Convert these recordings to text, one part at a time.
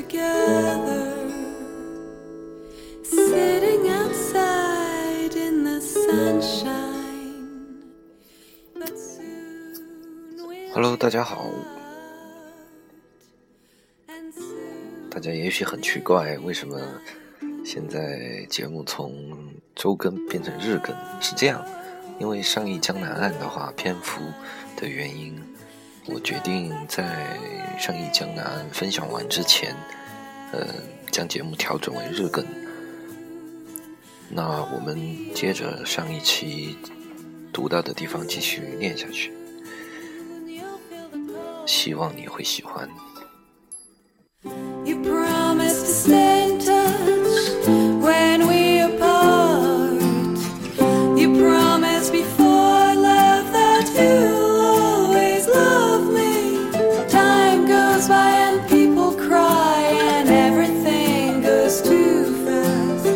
together, sitting outside in the sunshine. But soon we'll Hello， 大家好。 and soon 大家也许很奇怪，为什么现在节目从周更变成日更？是这样，因为上一江南岸的话篇幅的原因，我决定在上一江南岸分享完之前，将节目调整为日更。那我们接着上一期读到的地方继续念下去，希望你会喜欢。 you promised to stay in touch when we apart. You promised before I left that you'll always love me. Time goes by and people cry and everything goes too fast.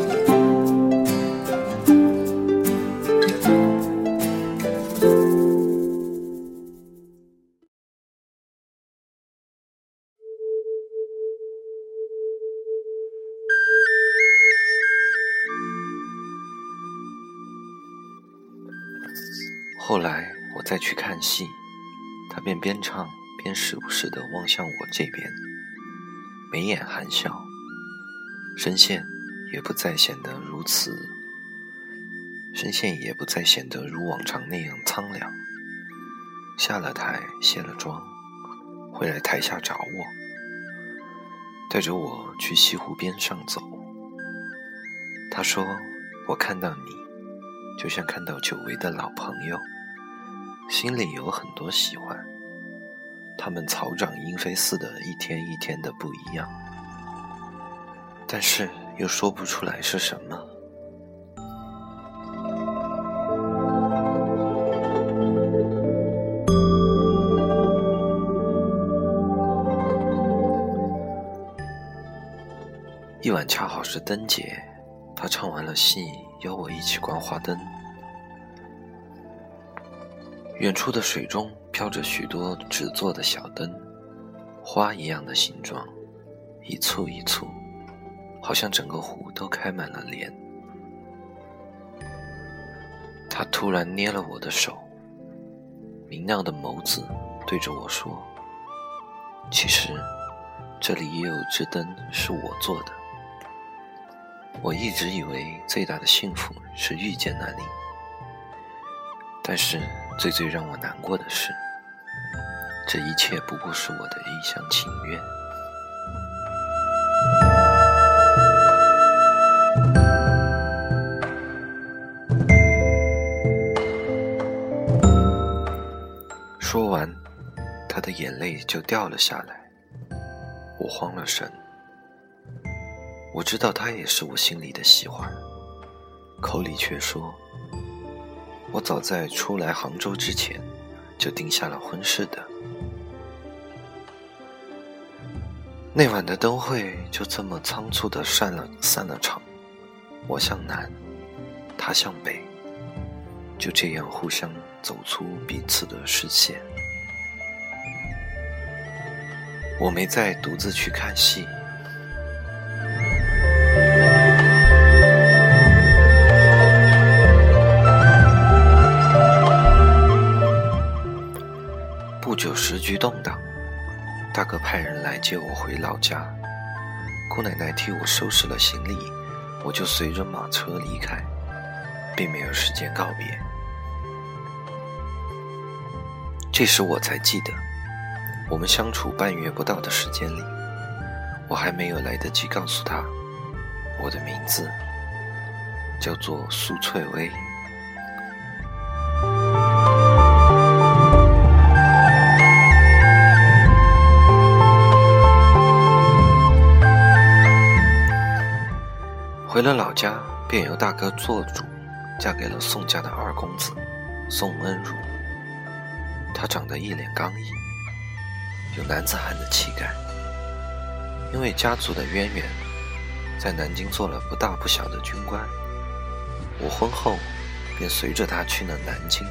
后来我再去看戏，他便边唱边时不时地望向我这边，眉眼含笑，声线也不再显得如往常那样苍凉。下了台卸了妆，回来台下找我，带着我去西湖边上走。他说，我看到你就像看到久违的老朋友，心里有很多喜欢，他们草长莺飞似的一天一天的不一样，但是又说不出来是什么。一晚恰好是灯节，他唱完了戏，邀我一起观花灯。远处的水中飘着许多纸做的小灯，花一样的形状，一簇一簇，好像整个湖都开满了莲。他突然捏了我的手，明亮的眸子对着我说，其实这里也有只灯是我做的。我一直以为最大的幸福是遇见了你，但是最让我难过的是，这一切不过是我的一厢情愿。说完，他的眼泪就掉了下来，我慌了神。我知道他也是我心里的喜欢，口里却说，我早在出来杭州之前就定下了婚事的。那晚的灯会就这么仓促地散了场，我向南，他向北，就这样互相走出彼此的视线。我没再独自去看戏，不久时局动荡，大哥派人来接我回老家，姑奶奶替我收拾了行李，我就随着马车离开，并没有时间告别。这时我才记得，我们相处半月不到的时间里，我还没有来得及告诉他，我的名字叫做苏翠薇。回了老家，便由大哥做主，嫁给了宋家的二公子宋恩儒。他长得一脸刚毅，有男子汉的气概。因为家族的渊源，在南京做了不大不小的军官。我婚后便随着他去了南京，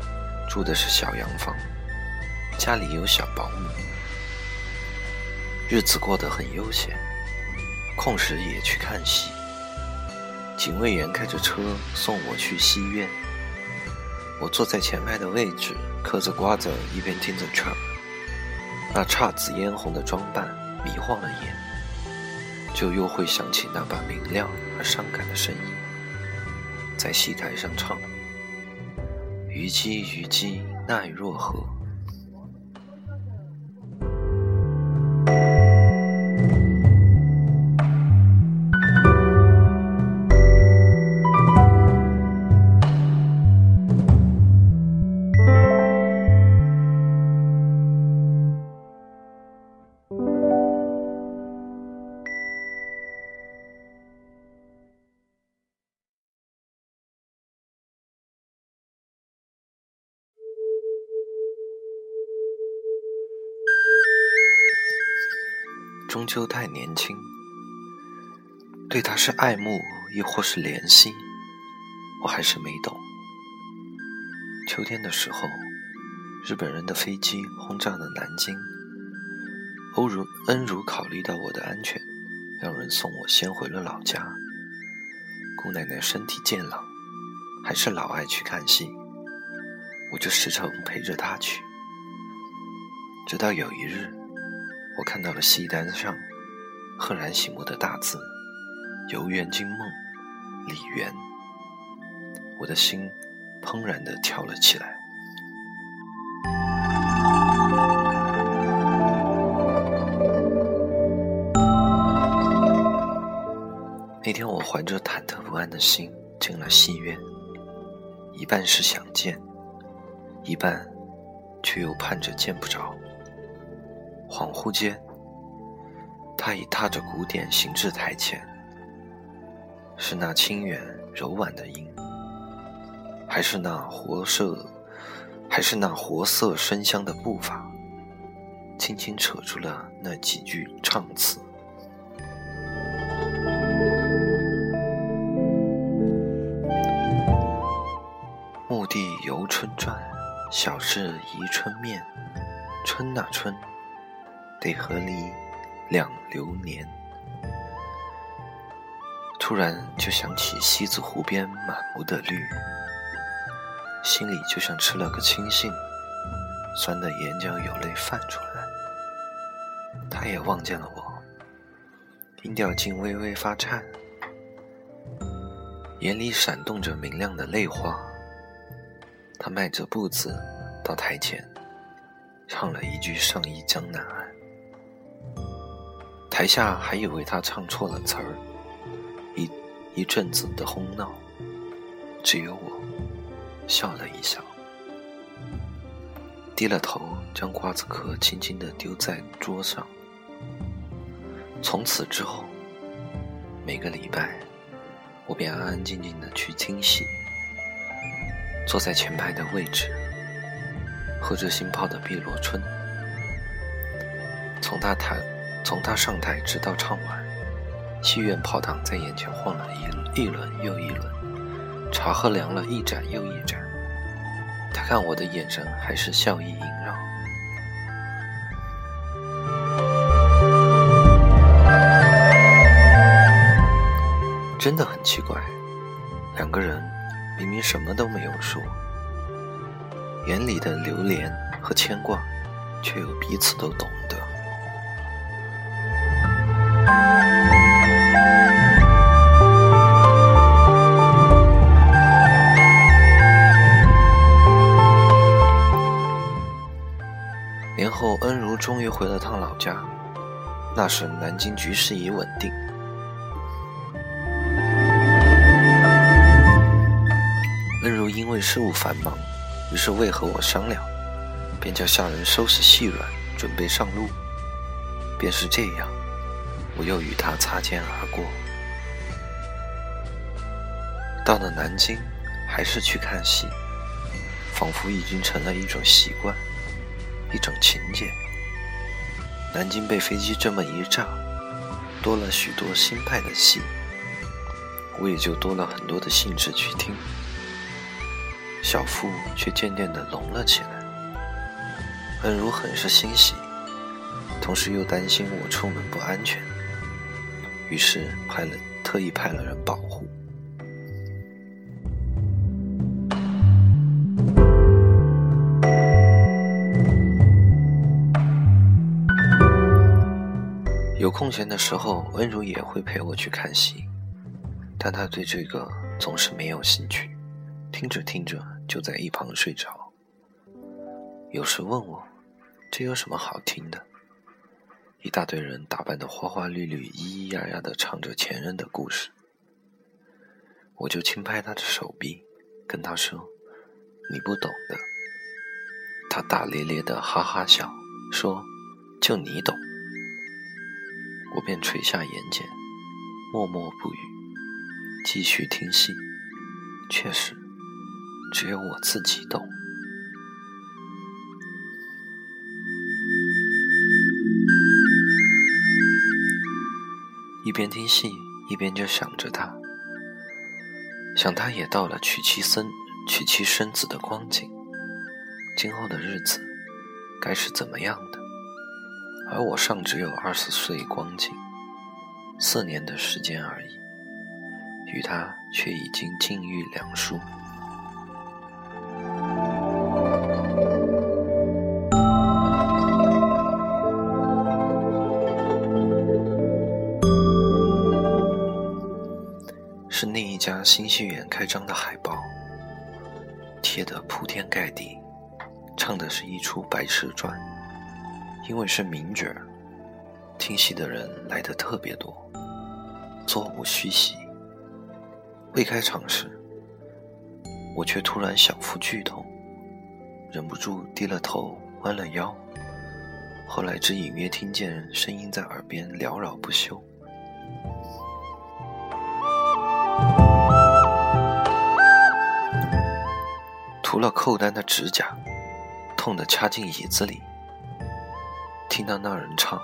住的是小洋房，家里有小保姆。 日子过得很悠闲，空时也去看戏。警卫员开着车送我去戏院，我坐在前排的位置，嗑着瓜子一边听着曲儿。那姹紫嫣红的装扮迷晃了眼，就又会想起那把明亮而伤感的声音，在戏台上唱：虞姬虞姬奈若何。终究太年轻，对他是爱慕亦或是怜惜，我还是没懂。秋天的时候，日本人的飞机轰炸了南京，恩如考虑到我的安全，让人送我先回了老家。姑奶奶身体健朗，还是老爱去看戏，我就时常陪着她去。直到有一日，我看到了戏单上赫然醒目的大字游园惊梦李园，我的心怦然地跳了起来。那天我怀着忐忑不安的心进了戏院，一半是想见，一半却又盼着见不着。恍惚间，他已踏着鼓点行至台前，是那清远柔婉的音，还是那活色生香的步伐，轻轻扯出了那几句唱词。牧地游春转，小事宜春面，春啊春，得和离两流年。突然就想起西子湖边满目的绿，心里就像吃了个青杏，酸的眼角有泪泛出来。他也望见了我，音调竟微微发颤，眼里闪动着明亮的泪花。他迈着步子到台前，唱了一句上一江南岸。台下还以为他唱错了词儿，一阵子的哄闹，只有我笑了一笑，低了头将瓜子壳轻轻地丢在桌上。从此之后，每个礼拜我便安安静静地去听戏，坐在前排的位置，喝着新泡的碧螺春。从他上台直到唱完，戏院跑堂在眼前晃了一轮又一轮，茶喝凉了一盏又一盏。他看我的眼神还是笑意萦绕。真的很奇怪，两个人明明什么都没有说，眼里的流连和牵挂却又彼此都懂得。年后恩如终于回了趟老家，那时南京局势已稳定。恩如因为事务繁忙，于是未和我商量，便叫下人收拾细软，准备上路。便是这样，我又与他擦肩而过。到了南京，还是去看戏，仿佛已经成了一种习惯，一种情节。南京被飞机这么一炸，多了许多新派的戏，我也就多了很多的兴致去听。小腹却渐渐地隆了起来。恩如很是欣喜， 同时又担心我出门不安全，于是特意派了人保护。有空闲的时候，恩如也会陪我去看戏，但她对这个总是没有兴趣，听着听着就在一旁睡着。有时问我，这有什么好听的？一大堆人打扮得花花绿绿，咿咿呀呀地唱着前任的故事。我就轻拍他的手臂，跟他说，你不懂的。他大咧咧地哈哈笑，说，就你懂。我便垂下眼睑，默默不语，继续听戏。确实，只有我自己懂。一边听戏，一边就想着他，想他也到了娶妻生子的光景，今后的日子该是怎么样的？而我尚只有20岁光景，4年的时间而已，与他却已经境遇两殊。是另一家新戏院开张的海报，贴得铺天盖地，唱的是一出《白蛇传》。因为是名角，听戏的人来得特别多，座无虚席。未开场时，我却突然小腹剧痛，忍不住低了头，弯了腰，后来只隐约听见声音在耳边缭绕不休。涂了扣单的指甲，痛得掐进椅子里。听到那人唱，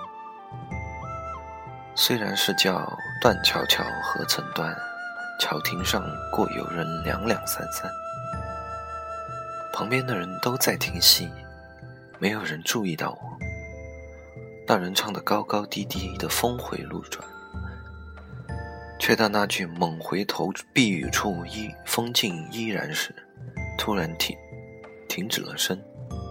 虽然是叫断桥桥何曾断，桥亭上过有人两两三三。旁边的人都在听戏，没有人注意到我。那人唱得高高低低的峰回路转，却到那句猛回头避雨处风景依然时，突然停止了声。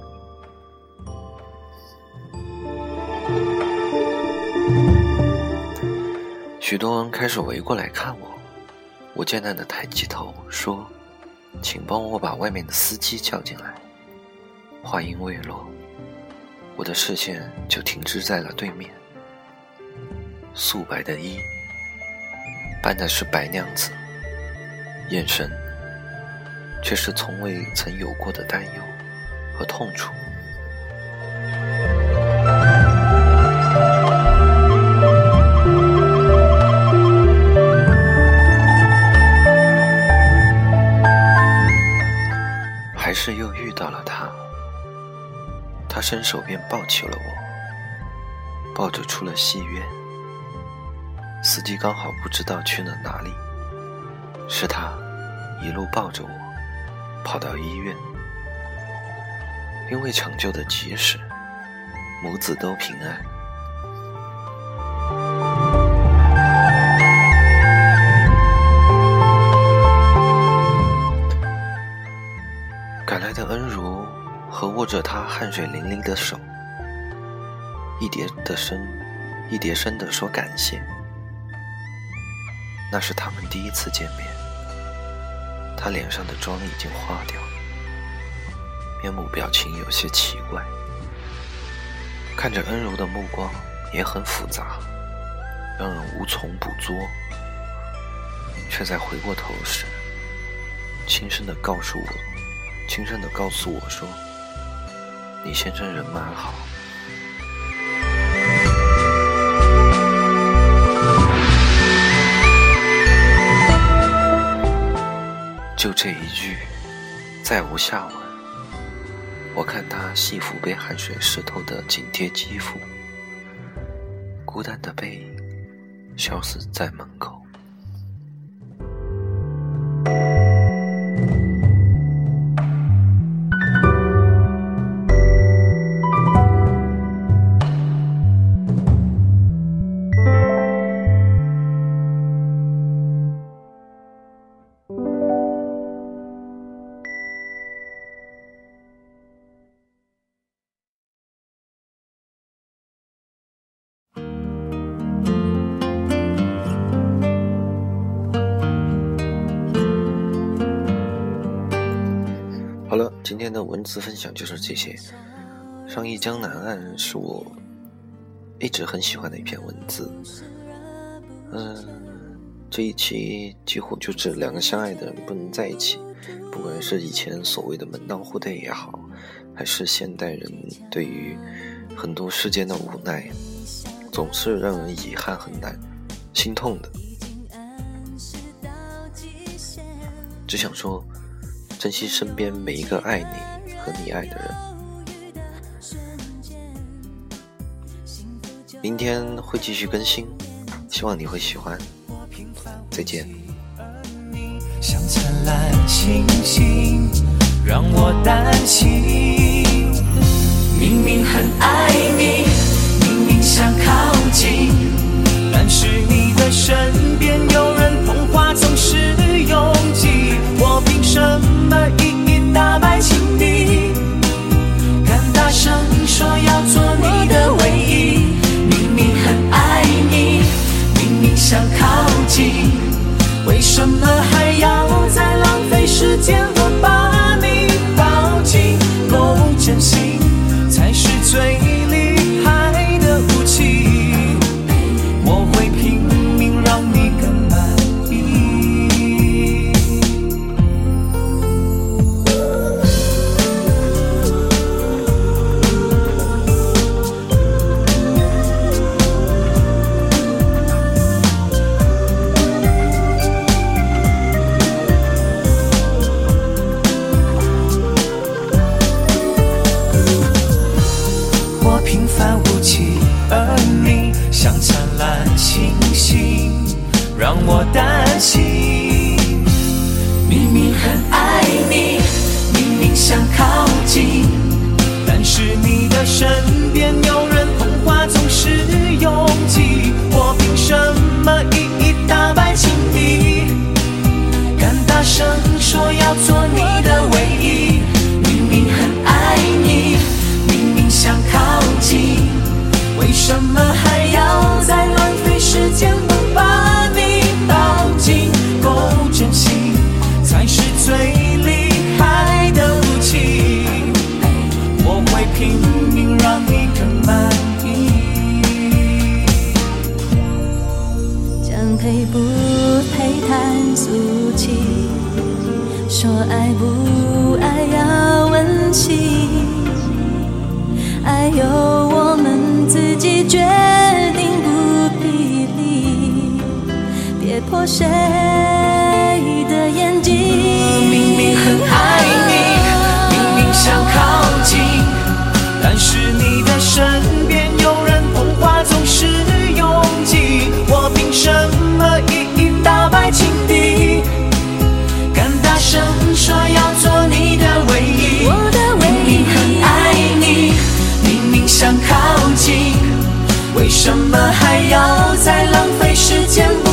许多人开始围过来看我，我艰难地抬起头说，请帮我把外面的司机叫进来。话音未落，我的视线就停滞在了对面，素白的衣，扮的是白娘子，眼神却是从未曾有过的担忧和痛楚。还是又遇到了他，他伸手便抱起了我，抱着出了戏院。司机刚好不知道去了哪里，是他一路抱着我跑到医院，因为抢救的及时，母子都平安。赶来的恩如和握着他汗水淋漓的手，一叠声地说感谢。那是他们第一次见面，他脸上的妆已经花掉，面目表情有些奇怪，看着恩如的目光也很复杂，让人无从捕捉，却在回过头时轻声地告诉我说，你先生人蛮好。就这一句，再无下文。我看他戏服被汗水湿透的紧贴肌肤，孤单的背影消失在门口。 今天的文字分享就是这些。上一江南岸是我一直很喜欢的一篇文字。这一期几乎就这两个相爱的人不能在一起，不管是以前所谓的门当户对也好，还是现代人对于很多世间的无奈，总是让人遗憾很难心痛的。只想说，珍惜身边每一个爱你和你爱的人。明天会继续更新，希望你会喜欢。再见。 像灿烂星星，让我担心。明明很爱你，明明想靠近，但是你的身边有人，童话总是拥挤。我凭什么一一打败情敌？敢大声说要做你的唯一。明明很爱你，明明想靠近，为什么还要再浪费时间？我把你抱紧，够真心才是最厉害的武器。我会拼命让你更满意。我平凡无奇，而你像灿烂星星，让我担心。明明很爱你，明明想靠近，但是你的身边有人，童话总是拥挤。我凭什么一一打败情敌？敢大声说要做你的唯一。明明很爱你，明明想靠近，为什么还要再浪费时间？我把你抱紧，够真心才是最厉害的武器。我会拼命让你更满意。 将配不配谈俗气，说爱不爱要问起，爱由我们自己决定，不必理，别破谁的眼睛。 明明很爱你，明明想靠近，但是你的身边有人，童话总是拥挤。我凭什么一一打败情敌？敢大声说要做你的唯一。 我的唯一。 明明很爱你，明明想靠近，为什么还要再浪费时间？